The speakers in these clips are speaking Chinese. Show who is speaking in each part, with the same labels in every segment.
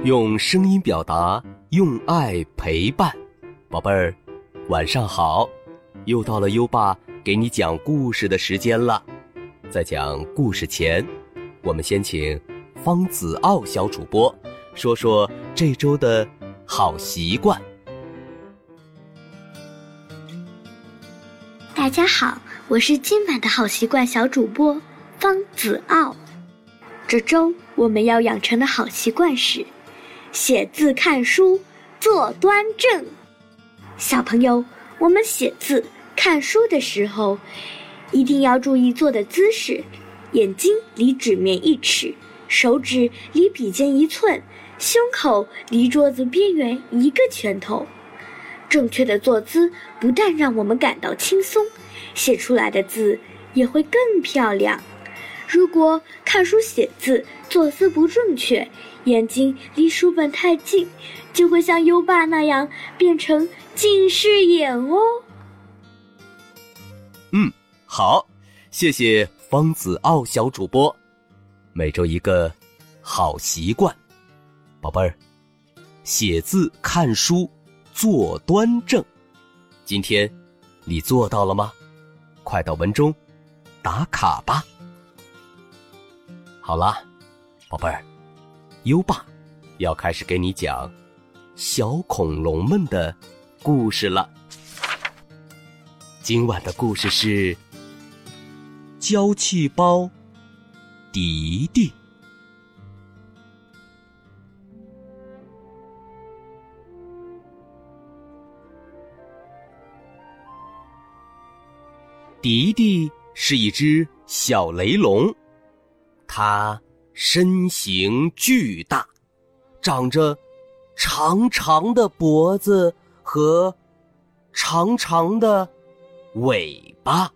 Speaker 1: 用声音表达，用爱陪伴。宝贝儿，晚上好，又到了优爸给你讲故事的时间了。在讲故事前，我们先请方子傲小主播说说这周的好习惯。
Speaker 2: 大家好，我是今晚的好习惯小主播方子傲。这周我们要养成的好习惯是写字、看书、坐端正。小朋友，我们写字、看书的时候，一定要注意坐的姿势，眼睛离纸面1尺，手指离笔尖1寸，胸口离桌子边缘1个拳头。正确的坐姿不但让我们感到轻松，写出来的字也会更漂亮。如果看书写字坐姿不正确，眼睛离书本太近，就会像优爸那样变成近视眼哦。
Speaker 1: 好，谢谢方子傲小主播。每周一个好习惯，宝贝儿，写字、看书、坐端正。今天你做到了吗？快到文中打卡吧。好啦，宝贝儿，优爸要开始给你讲小恐龙们的故事了。今晚的故事是娇气包迪迪。迪迪是一只小雷龙，它身形巨大，长着长长的脖子和长长的尾巴。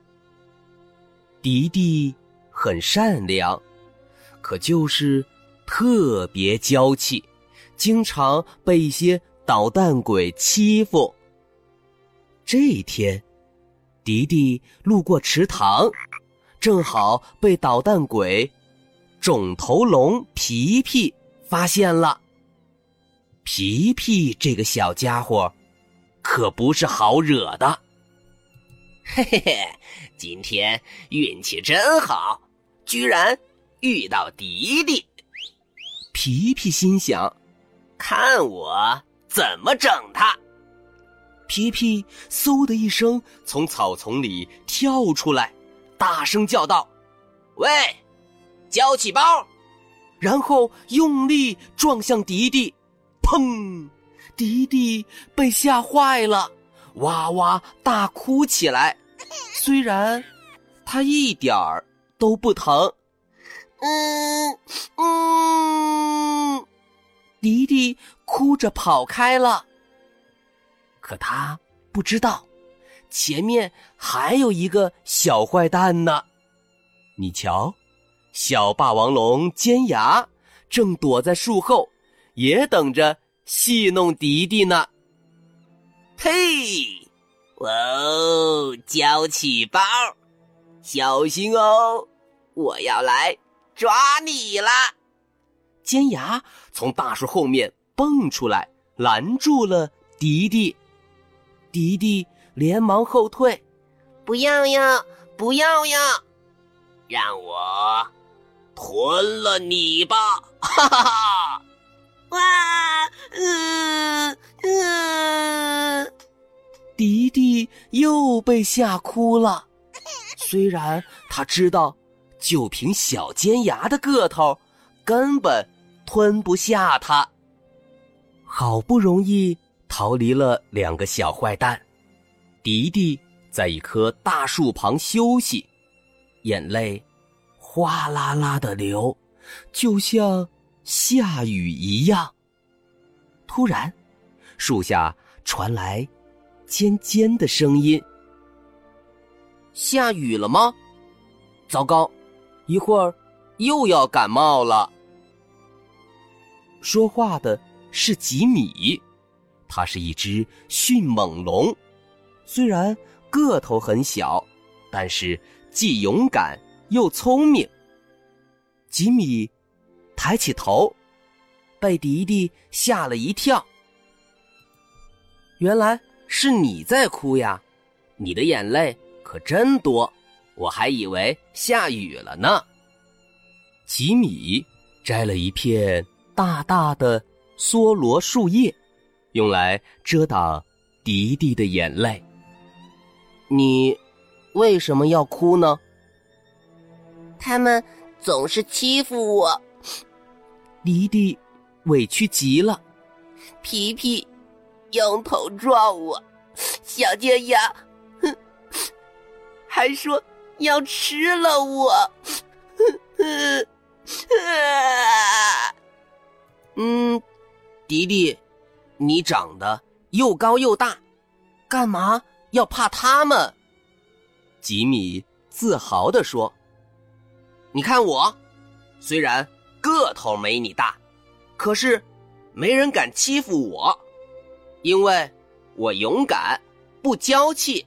Speaker 1: 迪迪很善良，可就是特别娇气，经常被一些捣蛋鬼欺负。这一天，迪迪路过池塘，正好被捣蛋鬼肿头龙皮皮发现了。皮皮这个小家伙可不是好惹的。
Speaker 3: 嘿嘿嘿，今天运气真好，居然遇到迪迪。
Speaker 1: 皮皮心想，
Speaker 3: 看我怎么整他。
Speaker 1: 皮皮嗖的一声从草丛里跳出来，大声叫道：
Speaker 3: 喂，娇气包！
Speaker 1: 然后用力撞向迪迪，砰！迪迪被吓坏了，哇哇大哭起来。虽然他一点儿都不疼。迪迪哭着跑开了。可他不知道，前面还有一个小坏蛋呢。你瞧，小霸王龙尖牙正躲在树后，也等着戏弄迪迪呢。
Speaker 3: 嘿，哇哦，娇气包，小心哦，我要来抓你啦！
Speaker 1: 尖牙从大树后面蹦出来，拦住了迪迪。迪迪连忙后退，
Speaker 3: 不要呀，不要呀，让我吞了你吧！哈哈哈！哇，
Speaker 1: 迪迪又被吓哭了。虽然他知道，就凭小尖牙的个头，根本吞不下他。好不容易逃离了2个小坏蛋，迪迪在一棵大树旁休息，眼泪哗啦啦地流，就像下雨一样。突然，树下传来尖尖的声音：下雨了吗？糟糕，一会儿又要感冒了。说话的是吉米，它是一只迅猛龙，虽然个头很小，但是既勇敢又聪明。吉米抬起头， 被迪迪吓了一跳。原来是你在哭呀，你的眼泪可真多，我还以为下雨了呢。吉米摘了一片大大的梭罗树叶，用来遮挡迪迪的眼泪。你为什么要哭呢？
Speaker 3: 他们总是欺负我。
Speaker 1: 迪迪委屈极了。
Speaker 3: 皮皮用头撞我，小尖牙还说要吃了我。
Speaker 1: 迪迪，你长得又高又大，干嘛要怕他们？吉米自豪地说。你看我，虽然个头没你大，可是没人敢欺负我，因为我勇敢，不娇气。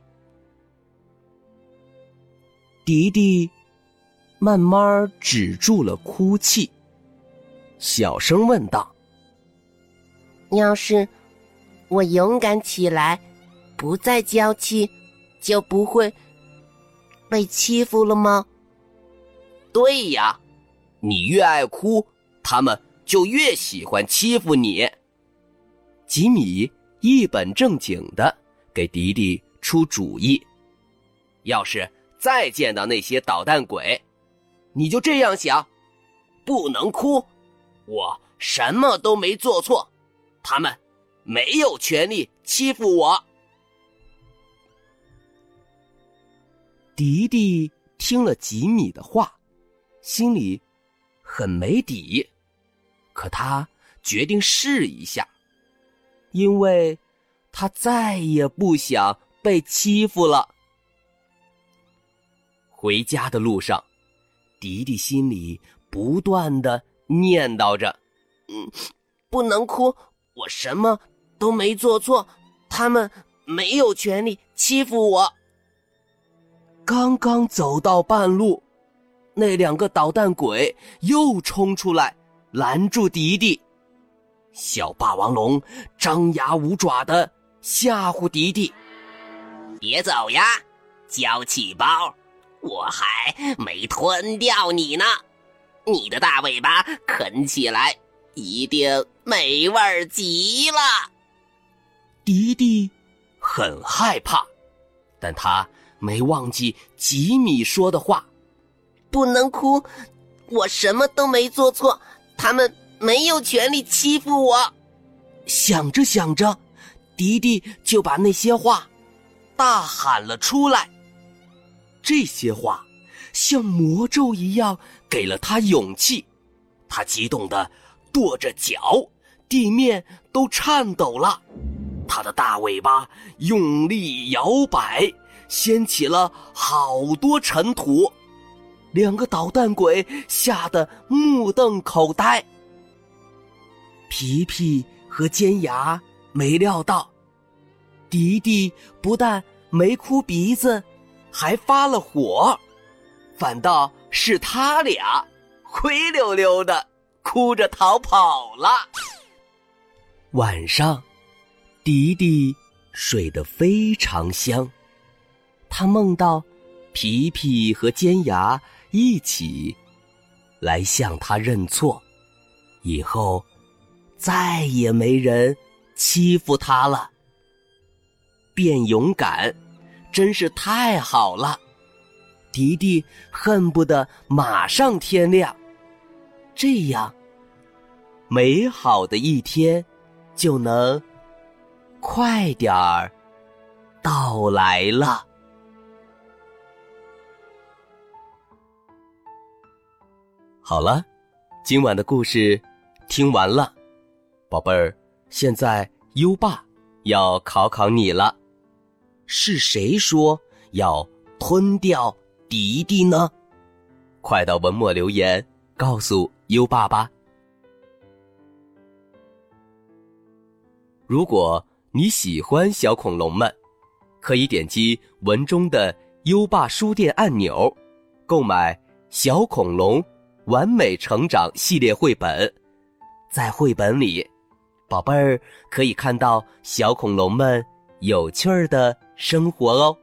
Speaker 1: 迪迪慢慢止住了哭泣，小声问道：
Speaker 3: 要是我勇敢起来，不再娇气，就不会被欺负了吗？
Speaker 1: 对呀，你越爱哭，他们就越喜欢欺负你。吉米一本正经地给迪迪出主意，要是再见到那些捣蛋鬼，你就这样想，不能哭，我什么都没做错，他们没有权利欺负我。迪迪听了吉米的话，心里很没底，可他决定试一下，因为他再也不想被欺负了。回家的路上，迪迪心里不断地念叨着：不能哭，我什么都没做错，他们没有权利欺负我。刚刚走到半路，那两个捣蛋鬼又冲出来拦住迪迪。小霸王龙张牙舞爪地吓唬迪迪：
Speaker 3: 别走呀，娇气包，我还没吞掉你呢，你的大尾巴啃起来一定美味极了。
Speaker 1: 迪迪很害怕，但他没忘记吉米说的话：
Speaker 3: 不能哭，我什么都没做错，他们没有权利欺负我。
Speaker 1: 想着想着，迪迪就把那些话大喊了出来。这些话像魔咒一样给了他勇气，他激动地跺着脚，地面都颤抖了，他的大尾巴用力摇摆，掀起了好多尘土。两个捣蛋鬼吓得目瞪口呆。皮皮和尖牙没料到，迪迪不但没哭鼻子，还发了火，反倒是他俩灰溜溜的哭着逃跑了。晚上，迪迪睡得非常香，他梦到皮皮和尖牙一起来向他认错，以后再也没人欺负他了。变勇敢真是太好了，迪迪恨不得马上天亮，这样美好的一天就能快点儿到来了。好了，今晚的故事听完了，宝贝儿，现在优爸要考考你了，是谁说要吞掉迪迪呢？快到文末留言告诉优爸吧。如果你喜欢小恐龙们，可以点击文中的优爸书店按钮，购买小恐龙完美成长系列绘本， 在绘本里，宝贝儿可以看到小恐龙们有趣儿的生活哦。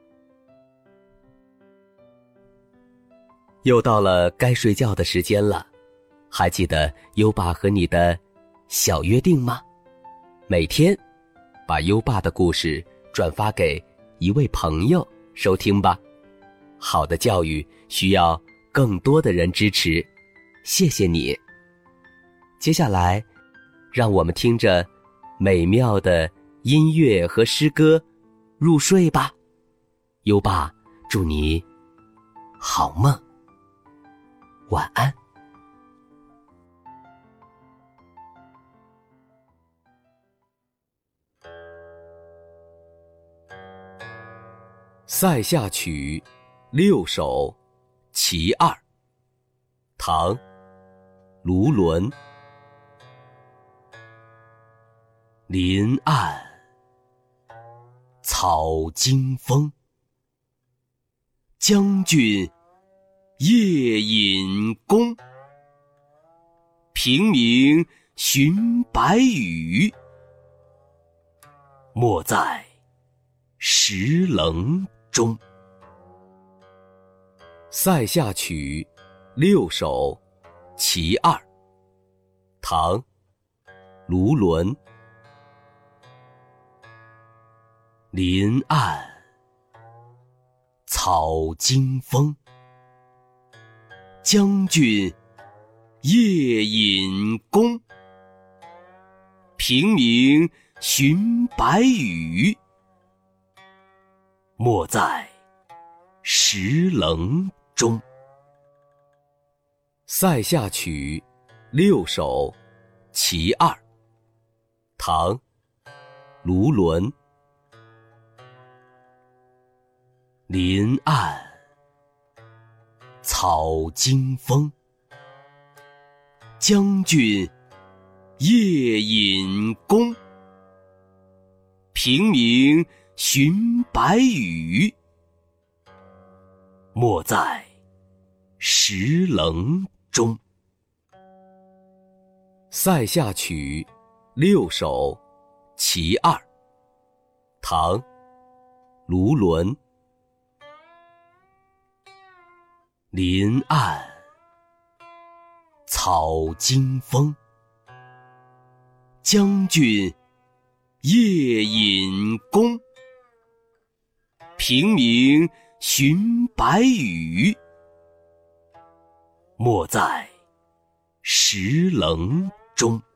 Speaker 1: 又到了该睡觉的时间了，还记得优爸和你的小约定吗？每天把优爸的故事转发给一位朋友收听吧。好的教育需要更多的人支持，谢谢你。接下来让我们听着美妙的音乐和诗歌入睡吧。优爸祝你好梦，晚安。塞下曲6首其2，唐卢纶。林暗草惊风，将军夜引弓。平明寻白羽，没在石棱中。塞下曲6首其2，唐卢纶。林暗草惊风，将军夜引弓。平明寻白羽，没在石棱中。塞下曲6首其2，唐卢纶。林暗草惊风，将军夜引弓。平明寻白羽，没在石棱中。塞下曲6首其2，唐卢纶。林暗草惊风，将军夜引弓。平明寻白羽，没在石棱中。